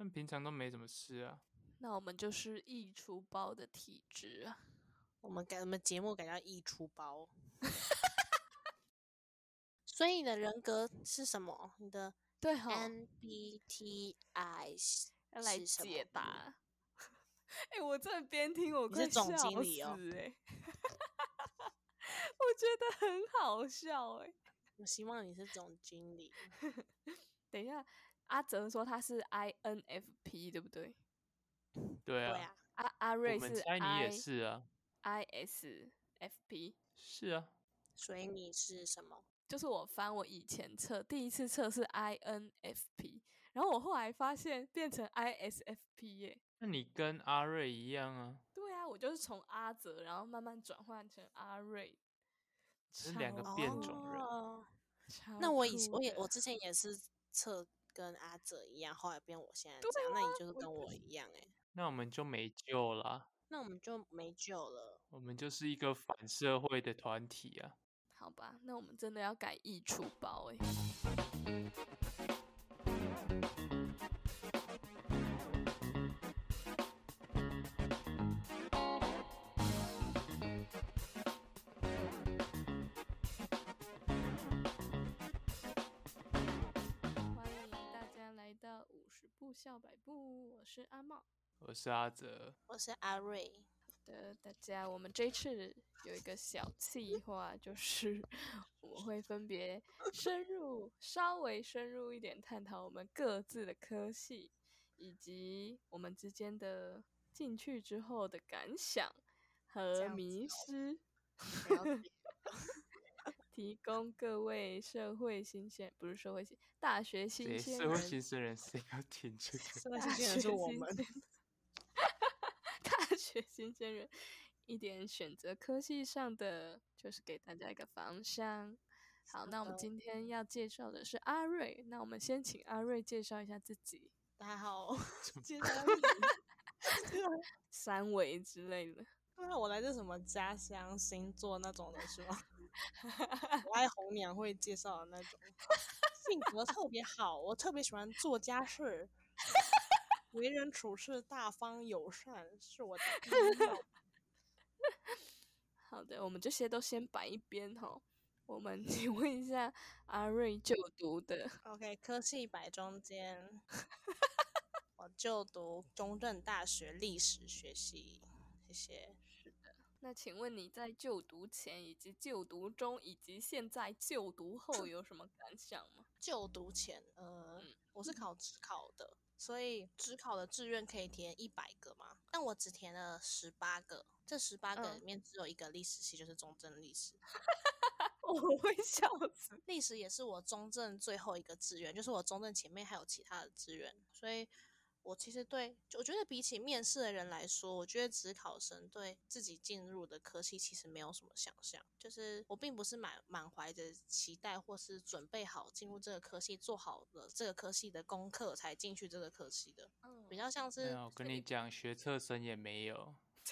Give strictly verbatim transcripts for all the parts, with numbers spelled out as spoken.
但平常都没什么事啊。 那我们就是易出包的体质啊。 我们改我们节目改叫易出包。所以你的人格是什么？你的对齁 M B T I 要来是什么？ 解答。哎、欸，我真的边听我你是总快笑经理哦死哎、欸！我觉得很好笑哎、欸。 我希望你是总经理。 等一下，阿哲说他是 I N F P 对不对？ 对啊， 对啊， 阿阿瑞我们是猜你也 I 是啊。 I S F P。 是啊， 所以你是什么？ 就是我翻我以前测，第一次测是 I N F P， 然后我后来发现变成 I S F P 耶。 那你跟阿瑞一样啊。 对啊，我就是从阿泽，然后慢慢转换成阿瑞， 是两个变种人。 哦， 超那我以酷的我也我之前也是测跟阿哲一样，后来变我现在对这样， 啊， 那你就是跟我我一样哎、 那我们就没救啦。 那我们就没救了。 我们就是一个反社会的团体啊。 好吧，那我们真的要改易出包哎。欢迎大家来到五十步笑百步，我是阿茂。 我是阿哲。 我是阿瑞。 的大家，我们这次有一个小计划，就是我们会分别深入、稍微深入一点探讨我们各自的科系，以及我们之间的进去之后的感想和迷失，提供各位社会新鲜，不是社会新，大学新鲜人， 社会新鲜人谁要听这个？ 社会新鲜人是我们。 大学新鲜人一点选择科系上的，就是给大家一个方向。好，那我们今天要介绍的是阿瑞，那我们先请阿瑞介绍一下自己。 大家好，介绍三维之类的。 对啊，我来自什么家乡星座那种的是吗？我爱红娘会介绍的那种，性格特别好，我特别喜欢做家事，为人处事大方友善，是我的第一要。 好的，我们这些都先摆一边哈。我们请问一下阿瑞就读的 OK 科系摆中间，我就读中正大学历史学系，谢谢。 是的，那请问你在就读前以及就读中以及现在就读后有什么感想吗？ 就读前，呃， 嗯我是考指考的，所以指考的志愿可以填一百个嘛，但我只填了十八个，这十八个里面只有一个历史系，就是中正历史。 我会笑死。 历史也是我中正最后一个志愿，就是我中正前面还有其他的志愿，所以我其实对，我觉得比起面试的人来说，我觉得指考生对自己进入的科系其实没有什么想象，就是我并不是满满怀着期待或是准备好进入这个科系，做好了这个科系的功课才进去这个科系的， 嗯， 比较像是。 没有，我跟你讲，学测生也没有。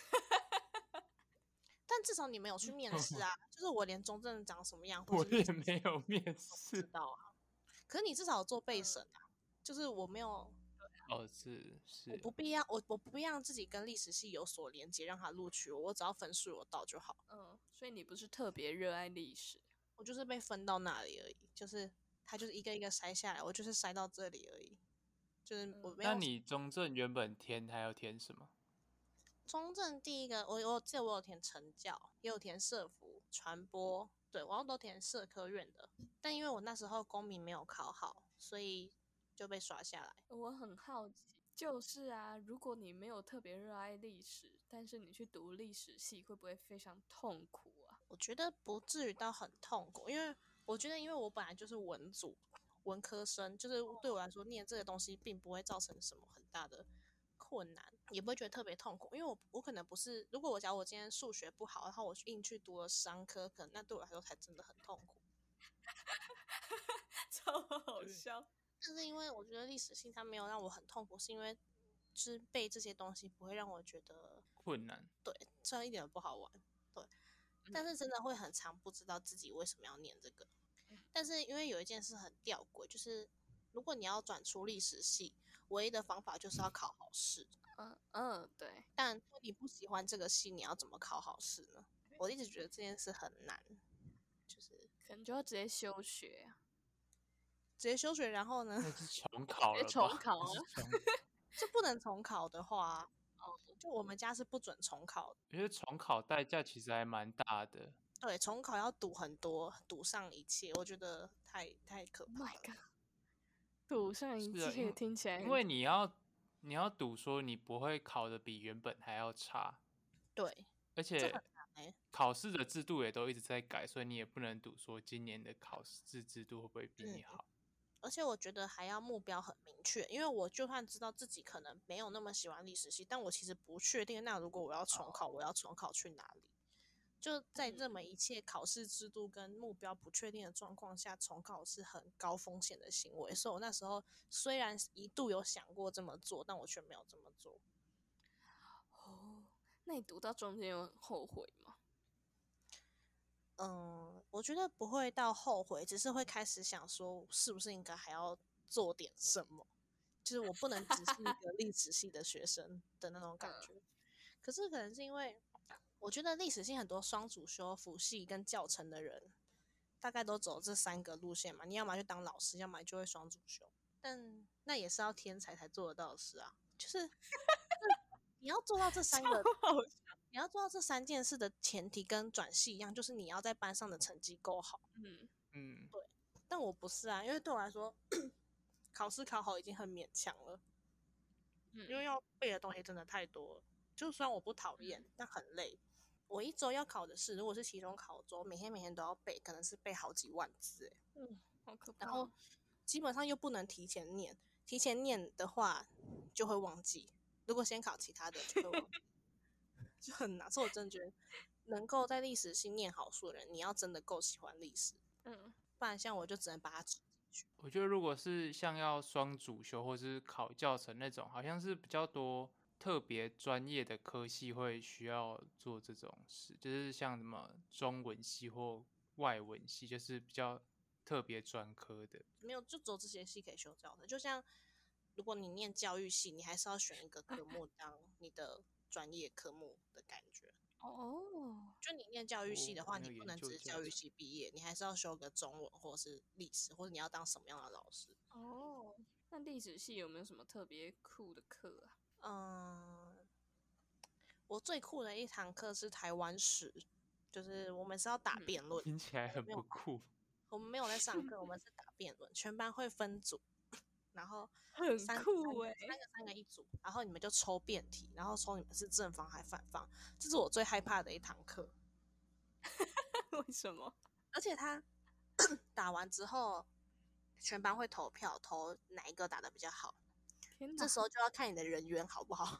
但至少你没有去面试啊，就是我连中正长什么样， 我也没有面试， 知道啊。可是你至少有做备审啊，就是我没有。 哦，是是， 我不必要，我我不必让自己跟历史系有所连接，让他录取我，我只要分数有到就好。 嗯，所以你不是特别热爱历史， 我就是被分到那里而已，就是他就是一个一个筛下来，我就是筛到这里而已，就是我没有。 那你中正原本填还要填什么？ 中正第一个，我我记得我有填成教，也有填社服、传播，对，我好像都填社科院的，但因为我那时候公民没有考好，所以就被刷下来。 我很好奇，就是啊，如果你没有特别热爱历史，但是你去读历史系，会不会非常痛苦啊？ 我觉得不至于到很痛苦，因为我觉得，因为我本来就是文组文科生，就是对我来说，念这个东西并不会造成什么很大的困难，也不会觉得特别痛苦，因为我我可能不是，如果我假如我今天数学不好，然后我硬去读了商科，可能那对我来说才真的很痛苦。 超好笑。 但是因为我觉得历史系它没有让我很痛苦，是因为就是背这些东西不会让我觉得困难。 对，虽然一点都不好玩，对，嗯、但是真的会很常不知道自己为什么要念这个。但是因为有一件事很吊诡，就是如果你要转出历史系，唯一的方法就是要考好试。 嗯嗯，对。 但如果你不喜欢这个系，你要怎么考好试呢？我一直觉得这件事很难，就是可能就要直接休学啊， 直接休学，然后呢， 那是重考直接了吧？ 重考啊。 那是重， 就不能重考的话，哦，就我们家是不准重考的。 因为重考代价其实还蛮大的。 对，重考要赌很多，赌上一切，我觉得太太可 Oh 怕 my 了。 god，赌上一是啊， 切因听起来很因为你要你要赌说你不会考的比原本还要差， 对， 而且就很难欸考试的制度也都一直在改，所以你也不能赌说今年的考试制度会不会比你嗯， 好。 而且我觉得还要目标很明确，因为我就算知道自己可能没有那么喜欢历史系，但我其实不确定，那如果我要重考，我要重考去哪里？就在这么一切考试制度跟目标不确定的状况下，重考是很高风险的行为。所以我那时候虽然一度有想过这么做，但我却没有这么做。 哦。那你读到中间有很后悔吗？ 嗯，我觉得不会到后悔，只是会开始想说，是不是应该还要做点什么？就是我不能只是一个历史系的学生的那种感觉。可是可能是因为我觉得历史系很多双主修辅系跟教程的人，大概都走这三个路线嘛。你要么就当老师，要么就会双主修。但那也是要天才才做得到的事啊。就是你要做到这三个，你要做到这三件事的前提跟转系一样，就是你要在班上的成绩够好。 嗯嗯， 但我不是啊，因为对我来说，考试考好已经很勉强了， 嗯， 因为要背的东西真的太多了。就算我不讨厌，但很累。我一周要考的是，如果是期中考周，每天每天都要背，可能是背好几万字哎。 嗯，好可怕然后哦。 基本上又不能提前念，提前念的话就会忘记。如果先考其他的就会忘记，就很难。所以我真的觉得，能够在历史系念好书的人，你要真的够喜欢历史， 嗯不然像我就只能把它吃进去。 我觉得如果是像要双主修或是考教程那种，好像是比较多特别专业的科系会需要做这种事，就是像什么中文系或外文系，就是比较特别专科的。 没有，就只有这些系可以修教的。就像如果你念教育系，你还是要选一个科目当你的专业科目的感觉。 哦， 就你念教育系的话， 哦没有你不能研究只是教育教程系毕业，你还是要修个中文或者是历史，或者你要当什么样的老师。 哦，那历史系有没有什么特别酷的课啊？ 嗯，我最酷的一堂课是台湾史，就是我们是要打嗯辩论， 听起来很没有不酷。 我们没有在上课，我们是打辩论，全班会分组，然后很三酷哎、 三个三个一组，然后你们就抽辩题，然后抽你们是正方还反方，这是我最害怕的一堂课。 为什么？ 而且他打完之后，全班会投票，投哪一个打的比较好， 天哪， 这时候就要看你的人缘好不好。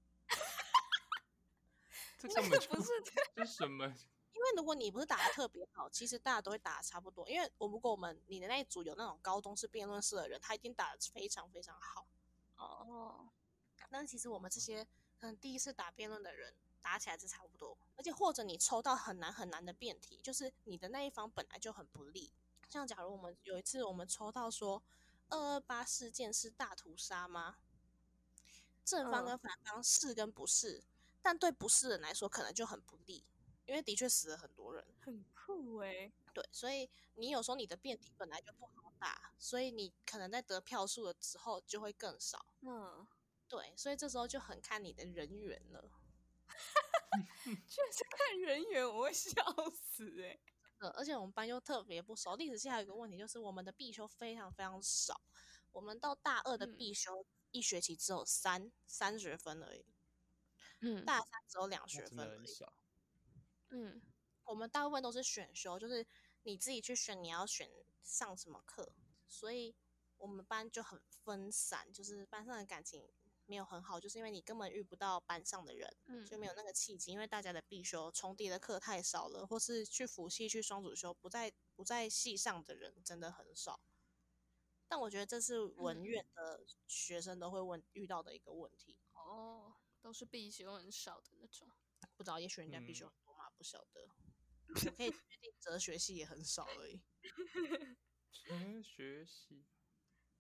这根本就不是这是什么？ 因为如果你不是打的特别好，其实大家都会打的差不多。因为我如果我们你的那一组有那种高中式辩论社的人，他一定打的非常非常好。 哦， 但是其实我们这些可能第一次打辩论的人，打起来是差不多。而且或者你抽到很难很难的辩题，就是你的那一方本来就很不利。像假如我们有一次我们抽到说二二八事件是大屠杀吗？正方跟反方是跟不是，但对不是人来说可能就很不利，因为的确死了很多人。 很酷哎、 对，所以你有时候你的辩题本来就不好打，所以你可能在得票数的时候就会更少。 嗯， 对，所以这时候就很看你的人缘了。 居然是看人缘，我会笑死哎、 呃，而且我们班又特别不熟。历史系还有一个问题就是我们的必修非常非常少，我们到大二的嗯必修、一学期只有三三学分而已， 嗯大三只有两那真学分而已。 的很少。 嗯我们大部分都是选修，就是你自己去选你要选上什么课，所以我们班就很分散，就是班上的感情没有很好，就是因为你根本遇不到班上的人， 嗯， 就没有那个契机，因为大家的必修重叠的课太少了，或是去辅系去双主修不在不在系上的人真的很少。但我觉得这是文院的学生都会问遇到的一个问题， 哦，都是必修很少的那种。 不知道也许人家必修嗯很多嘛，不晓得。我可以确定哲学系也很少而已。 哲学系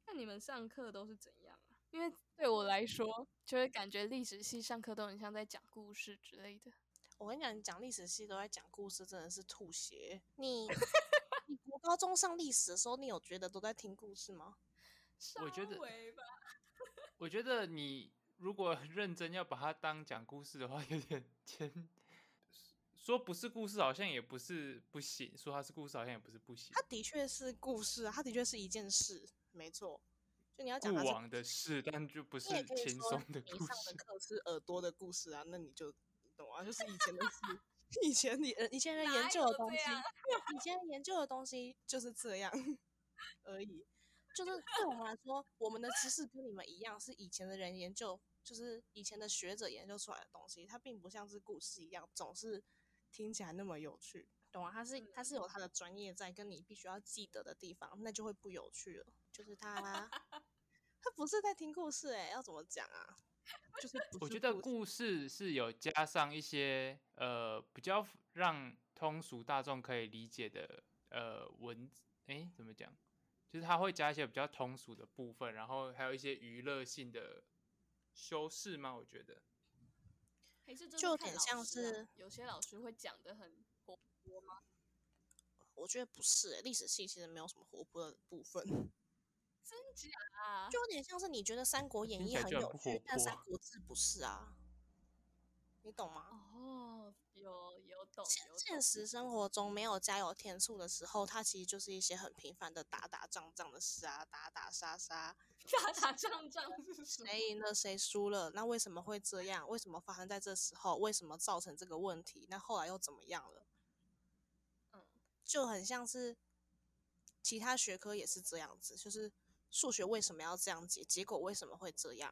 那你们上课都是怎样啊？因为对我来说，就会感觉历史系上课都很像在讲故事之类的。 我跟你讲，你讲历史系都在讲故事，真的是吐血。你你国高中上历史的时候，你有觉得都在听故事吗？ 我觉得稍微吧。 我觉得你如果认真要把它当讲故事的话，有点偏。说不是故事好像也不是不行，说它是故事好像也不是不行。 它的确是故事啊，它的确是一件事，没错。就你要讲过它是往的事，但就不是你也可以轻说松的故你上的事。 课是耳朵的故事啊，那你就懂啊，就是以前的事，以前你以前人研究的东西，以前研究的东西就是这样而已。就是对我们来说，我们的知识跟你们一样，是以前的人研究，就是以前的学者研究出来的东西，它并不像是故事一样，总是听起来那么有趣，懂吗？它是它是有它的专业在，跟你必须要记得的地方，那就会不有趣了。就是它，它不是在听故事、欸，哎，要怎么讲啊？就是不是我觉得故事故事是有加上一些呃比较让通俗大众可以理解的呃文，哎，怎么讲？就是它会加一些比较通俗的部分，然后还有一些娱乐性的修饰吗？我觉得还是就有点像是， 有些老师会讲的很活泼吗？ 我觉得不是、欸，历史系其实没有什么活泼的部分， 真假啊？ 就有点像是你觉得《三国演义》 听起来很有就很不活趣，但《三泼。 国志》不是啊，你懂吗？ 哦，有有懂现有懂。 现实生活中没有加油添醋的时候，它其实就是一些很平凡的打打仗仗的事啊，打打杀杀， 打打仗仗是什么？ 谁赢了谁输了，那为什么会这样？为什么发生在这时候？为什么造成这个问题？那后来又怎么样了？ 嗯， 就很像是其他学科也是这样子，就是数学为什么要这样解，结果为什么会这样？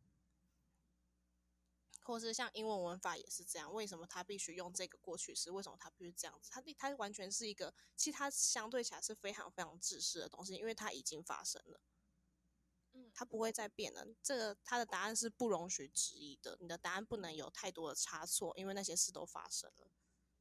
或是像英文文法也是这样，为什么它必须用这个过去式？为什么它必须这样子？它它完全是一个，其实它相对起来是非常非常制式的东西，因为它已经发生了， 嗯， 它不会再变了。这个它的答案是不容许质疑的，你的答案不能有太多的差错，因为那些事都发生了。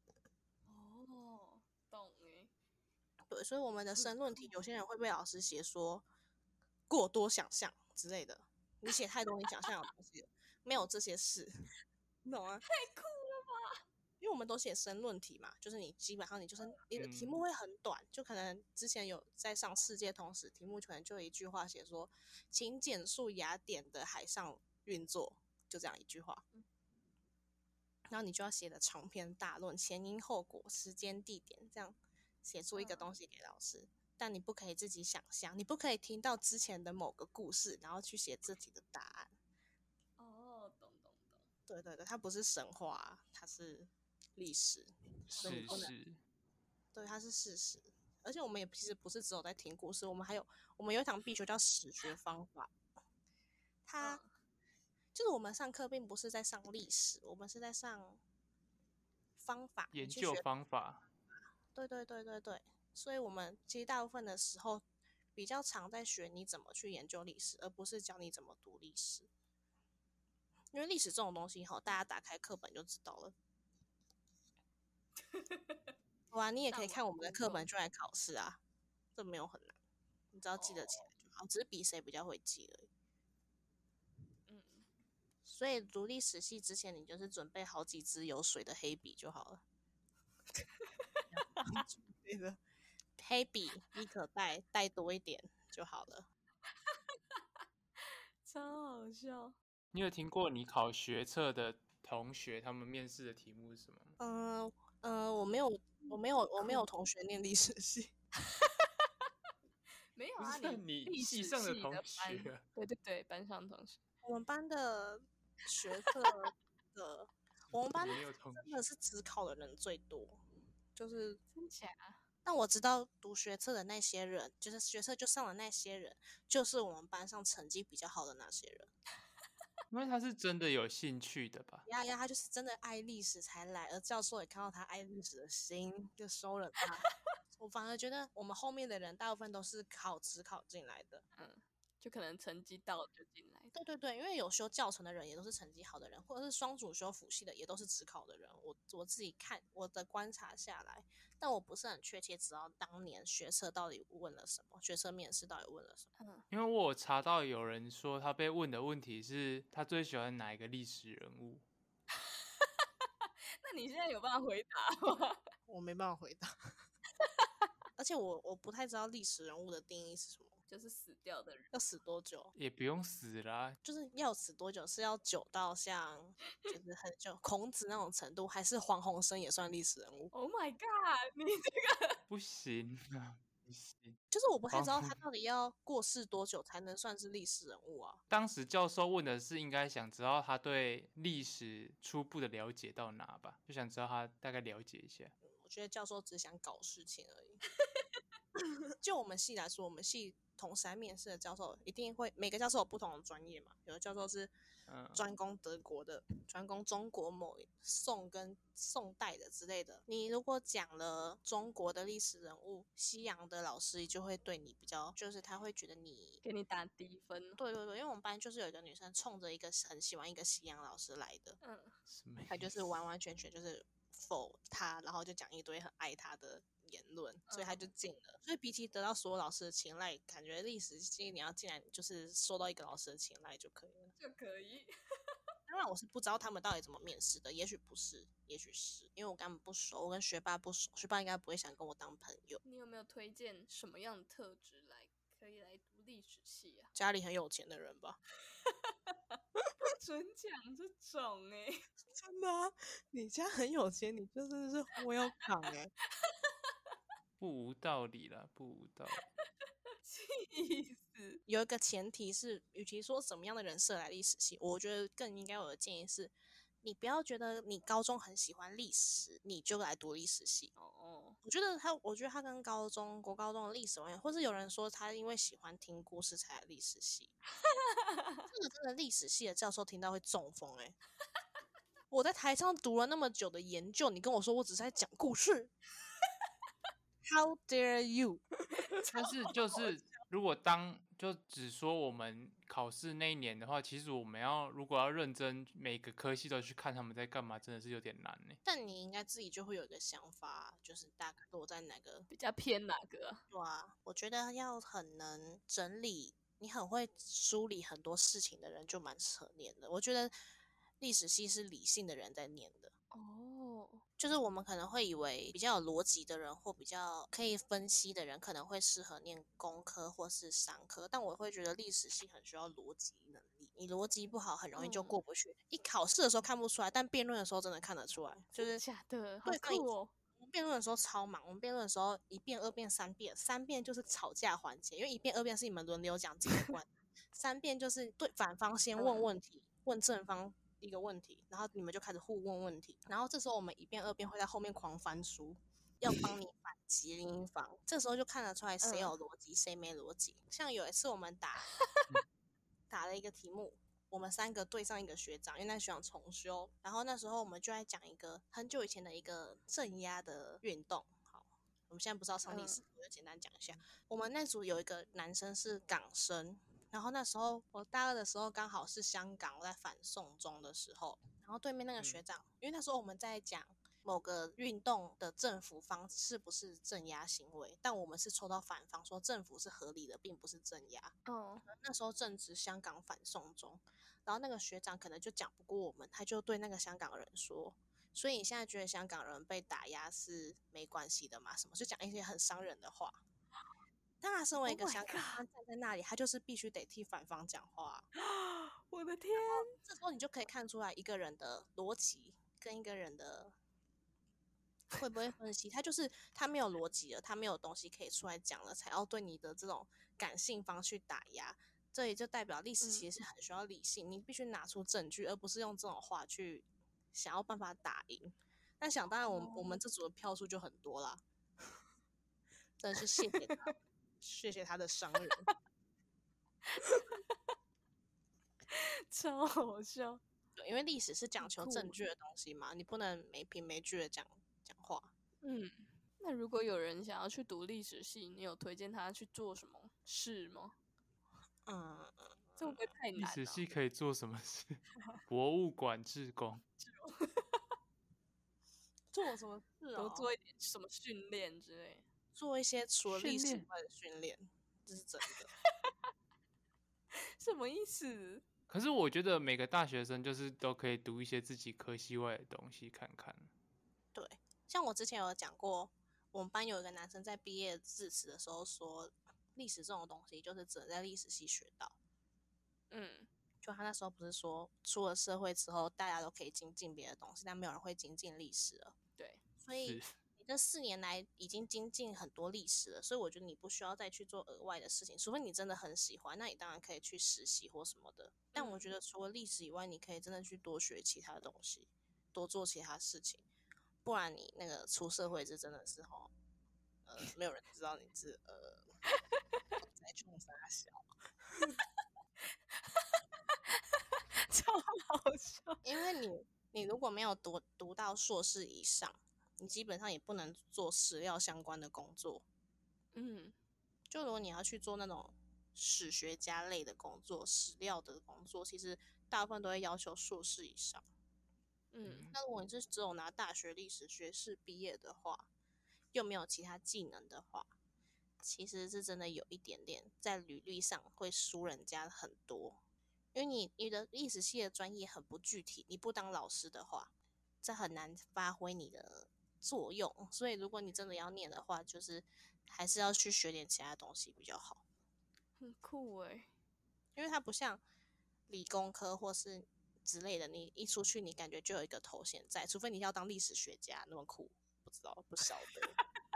哦，懂诶。 对，所以我们的申论题，有些人会被老师写说过多想象之类的，你写太多你想象的东西了，没有这些事，你懂吗？ 太酷了吧！ 因为我们都写申论题嘛，就是你基本上你就是你的题目嗯， 会很短，就可能之前有在上世界通识，题目可能就有一句话写说，请简述雅典的海上运作，就这样一句话。然后你就要写的长篇大论，前因后果、时间地点，这样写出一个东西给老师。但你不可以自己想象，你不可以听到之前的某个故事，然后去写这题的答案。 哦，懂懂懂。 对对对，它不是神话，它是历史，所以你是不能是， 对，它是事实。而且我们也其实不是只有在听故事，我们还有我们有一堂必修叫史学方法，它、 嗯就是我们上课并不是在上历史，我们是在上方法，你研究去学方法。 对对对对对，所以我们其实大部分的时候比较常在学你怎么去研究历史，而不是教你怎么读历史。因为历史这种东西哈，大家打开课本就知道了。哇，你也可以看我们的课本就来考试啊，这没有很难，你只要记得起来就好，只是比谁比较会记而已。 嗯， 所以读历史系之前，你就是准备好几支有水的黑笔就好了。对的，黑笔你可带带多一点就好了。 超好笑。 你有听过你考学测的同学他们面试的题目是什么吗？ 嗯、呃、嗯、呃，我没有，我没有，我没有同学念历史系。 没有啊， 不是你你系上的同学啊。 对对对，班上同学。 我们班的学测的，我们班你没有同真的是只考的人最多，就是真假？ 但我知道读学测的那些人，就是学测就上的那些人，就是我们班上成绩比较好的那些人。 因为他是真的有兴趣的吧？ 呀呀，他就是真的爱历史才来，而教授也看到他爱历史的心，就收了他。我反而觉得我们后面的人大部分都是考只考进来的， 嗯，就可能成绩到了就进来。 的。 对对对，因为有修教程的人也都是成绩好的人，或者是双主修辅系的也都是只考的人。我我自己看我的观察下来，但我不是很确切知道当年学测到底问了什么，学测面试到底问了什么。 嗯， 因为我有查到有人说他被问的问题是他最喜欢哪一个历史人物。 那你现在有办法回答吗？ 我没办法回答，而且我我不太知道历史人物的定义是什么， 就是死掉的人。 要死多久？ 也不用死啦， 就是要死多久？是要久到像就是很久孔子那种程度，还是黄鸿升也算历史人物？ Oh my god！你这个不行啊，不行。 就是我不太知道黄他到底要过世多久才能算是历史人物啊？ 当时教授问的是应该想知道他对历史初步的了解到哪吧，就想知道他大概了解一下。 我觉得教授只想搞事情而已。就我们系来说，我们系同时来面试的教授一定会每个教授有不同的专业嘛，有的教授是嗯专攻德国的，专攻中国某宋跟宋代的之类的。你如果讲了中国的历史人物，西洋的老师就会对你比较，就是他会觉得你。 给你打低分。 对对对，因为我们班就是有一个女生冲着一个很喜欢一个西洋老师来的， 嗯， 什么意思？ 她就是完完全全就是否他，然后就讲一堆很爱他的言论，所以他就进了。所以比起得到所有老师的青睐，感觉历史系你要进来就是受到一个老师的青睐就可以了。 就可以。 当然我是不知道他们到底怎么面试的，也许不是，也许是因为我跟他们不熟，我跟学霸不熟，学霸应该不会想跟我当朋友。 你有没有推荐什么样的特质来可以来读历史系啊？ 家里很有钱的人吧？ 准讲这种哎、欸， 真的啊，你家很有钱，你就真的是 welcome 哎、欸。 不无道理啦，不无道理。 气死！ 有一个前提是，与其说什么样的人设来历史系，我觉得更应该有的建议是，你不要觉得你高中很喜欢历史，你就来读历史系。 哦， 我觉得他，我觉得他跟高中国高中的历史完全，或是有人说他因为喜欢听故事才来历史系，这个真的历史系的教授听到会中风哎、欸！我在台上读了那么久的研究，你跟我说我只是在讲故事，How dare you！ 但是就是如果当就只说我们考试那一年的话，其实我们要如果要认真每个科系都去看他们在干嘛，真的是有点难呢。 但你应该自己就会有一个想法，就是大概落在哪个。 比较偏哪个啊？ 对啊，我觉得要很能整理，你很会梳理很多事情的人就蛮适合念的。我觉得历史系是理性的人在念的。 哦， 就是我们可能会以为比较有逻辑的人或比较可以分析的人，可能会适合念工科或是商科，但我会觉得历史系很需要逻辑能力，你逻辑不好，很容易就嗯过不去。一考试的时候看不出来，但辩论的时候真的看得出来，就是假的，好对方一酷哦！ 我们辩论的时候超忙，我们辩论的时候一辩、二辩、三辩，三辩就是吵架环节，因为一辩、二辩是你们轮流讲自己的观点，三辩就是对反方先问嗯问题，问正方一个问题，然后你们就开始互问问题，然后这时候我们一辩、二辩会在后面狂翻书，要帮你反击另一方，这时候就看得出来谁有逻辑，谁没逻辑。像有一次我们打打了一个题目。我们三个对上一个学长，因为那学长重修，然后那时候我们就在讲一个很久以前的一个镇压的运动。好，我们现在不知道上历史，我就简单讲一下。我们那组有一个男生是港生，然后那时候我大二的时候刚好是香港，我在反送中的时候，然后对面那个学长，因为那时候我们在讲某个运动的政府方是不是镇压行为，但我们是抽到反方，说政府是合理的，并不是镇压。 哦， 那时候正值香港反送中，然后那个学长可能就讲不过我们，他就对那个香港人说：“所以你现在觉得香港人被打压是没关系的吗？”什么就讲一些很伤人的话。当然，身为一个 Oh my 香港人，他站在那里，他就是必须得替反方讲话。 我的天！ 这时候你就可以看出来一个人的逻辑跟一个人的会不会分析，他就是他没有逻辑了，他没有东西可以出来讲了，才要对你的这种感性方去打压。这也就代表历史其实是很需要理性，你必须拿出证据，而不是用这种话去想要办法打赢。但想当然我，我、我们这组的票数就很多啦，真的是谢谢他，谢谢他的商人， 超好笑。 对，因为历史是讲求酷证据的东西嘛，你不能没凭没据的讲讲话。 嗯，那如果有人想要去读历史系，你有推荐他去做什么事吗？ 嗯， 这会不会太历难了、 史系可以做什么事？博物馆志工。 做什么事哦？ 多做一点什么训练之类的。 做一些除了历训练史以外的训练，这是真的。 什么意思？ 可是我觉得每个大学生就是都可以读一些自己科系外的东西看看。 对，像我之前有讲过，我们班有一个男生在毕业致辞的时候说，历史这种东西就是只能在历史系学到。 嗯， 就他那时候不是说，出了社会之后，大家都可以精进别的东西，但没有人会精进历史了。 对， 所以是你这四年来已经精进很多历史了，所以我觉得你不需要再去做额外的事情，除非你真的很喜欢，那你当然可以去实习或什么的。但我觉得除了历史以外，你可以真的去多学其他东西，多做其他事情，不然你那个出社会是真的是吼，呃，没有人知道你是呃在冲啥小。 超好笑。 因为你你如果没有读读到硕士以上，你基本上也不能做史料相关的工作。 嗯， 就如果你要去做那种史学家类的工作、史料的工作，其实大部分都会要求硕士以上。 嗯， 那如果你是只有拿大学历史学士毕业的话，又没有其他技能的话，其实是真的有一点点在履历上会输人家很多。因为你你的历史系的专业很不具体，你不当老师的话，这很难发挥你的作用。所以如果你真的要念的话，就是还是要去学点其他东西比较好。 很酷哎。 因为它不像理工科或是之类的，你一出去你感觉就有一个头衔在，除非你要当历史学家那么酷，不知道不晓得。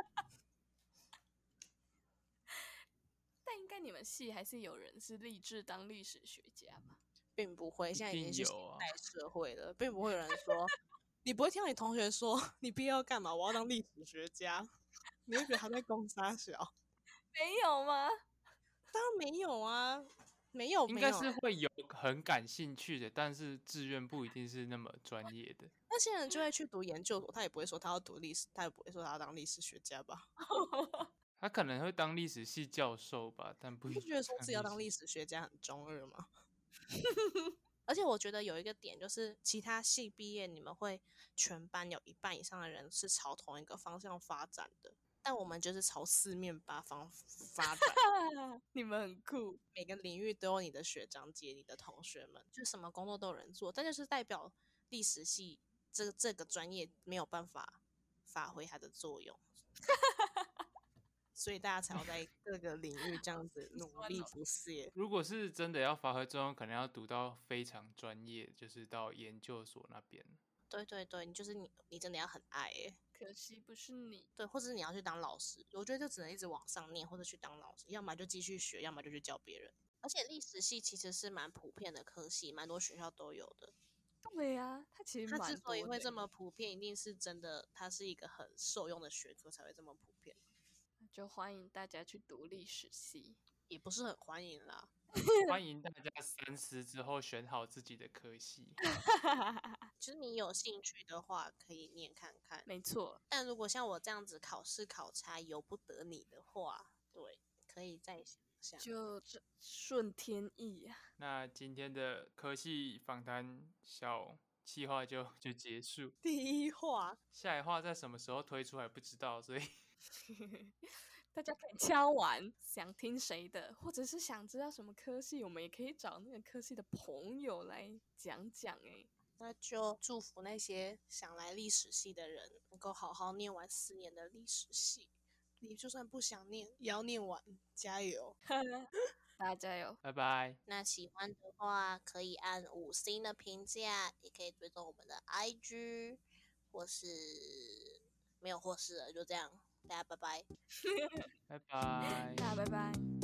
但应该你们系还是有人是立志当历史学家吧？ 并不会，现在已经一定是现有啊代社会了，并不会有人说，你不会听到你同学说你毕业要干嘛？我要当历史学家，你会觉得他在攻杀小？ 没有吗？ 当然没有啊，没有， 应该没有。 是会有很感兴趣的，但是志愿不一定是那么专业的。 那些人就会去读研究所，他也不会说他要读历史，他也不会说他要当历史学家吧？ 他可能会当历史系教授吧，但不一定你不觉得说自己要当历历史学家很中二吗？而且我觉得有一个点就是，其他系毕业，你们会全班有一半以上的人是朝同一个方向发展的，但我们就是朝四面八方发展， 你们很酷。 每个领域都有你的学长姐、你的同学们，就什么工作都有人做，但就是代表历史系这个这个专业没有办法发挥它的作用。所以大家才要在各个领域这样子努力不懈。 如果是真的要发挥作用，可能要读到非常专业，就是到研究所那边。 对对对，你就是你，你真的要很爱哎。 可惜不是你。 对，或者是你要去当老师，我觉得就只能一直往上念，或者去当老师，要么就继续学，要么就去教别人。而且历史系其实是蛮普遍的科系，蛮多学校都有的。 对呀、啊，它其实它蛮之所以会多的这么普遍，一定是真的，它是一个很受用的学科才会这么普遍。 就欢迎大家去读历史系。 也不是很欢迎啦。 欢迎大家三思之后选好自己的科系。 其实你有兴趣的话，可以念看看。 没错， 但如果像我这样子考试考差由不得你的话，对，可以再想想。 就这顺天意呀、啊。 那今天的科系访谈小企划就就结束。 第一话， 下一话在什么时候推出还不知道，所以大家可以敲完，想听谁的，或者是想知道什么科系，我们也可以找那个科系的朋友来讲讲。哎， 那就祝福那些想来历史系的人能够好好念完四年的历史系。你就算不想念，也要念完，加油！ 大家加油！ 拜拜。 那喜欢的话，可以按五星的评价，也可以追踪我们的 I G， 或是没有或是了，就这样，大家拜拜。 拜拜。 大家拜拜。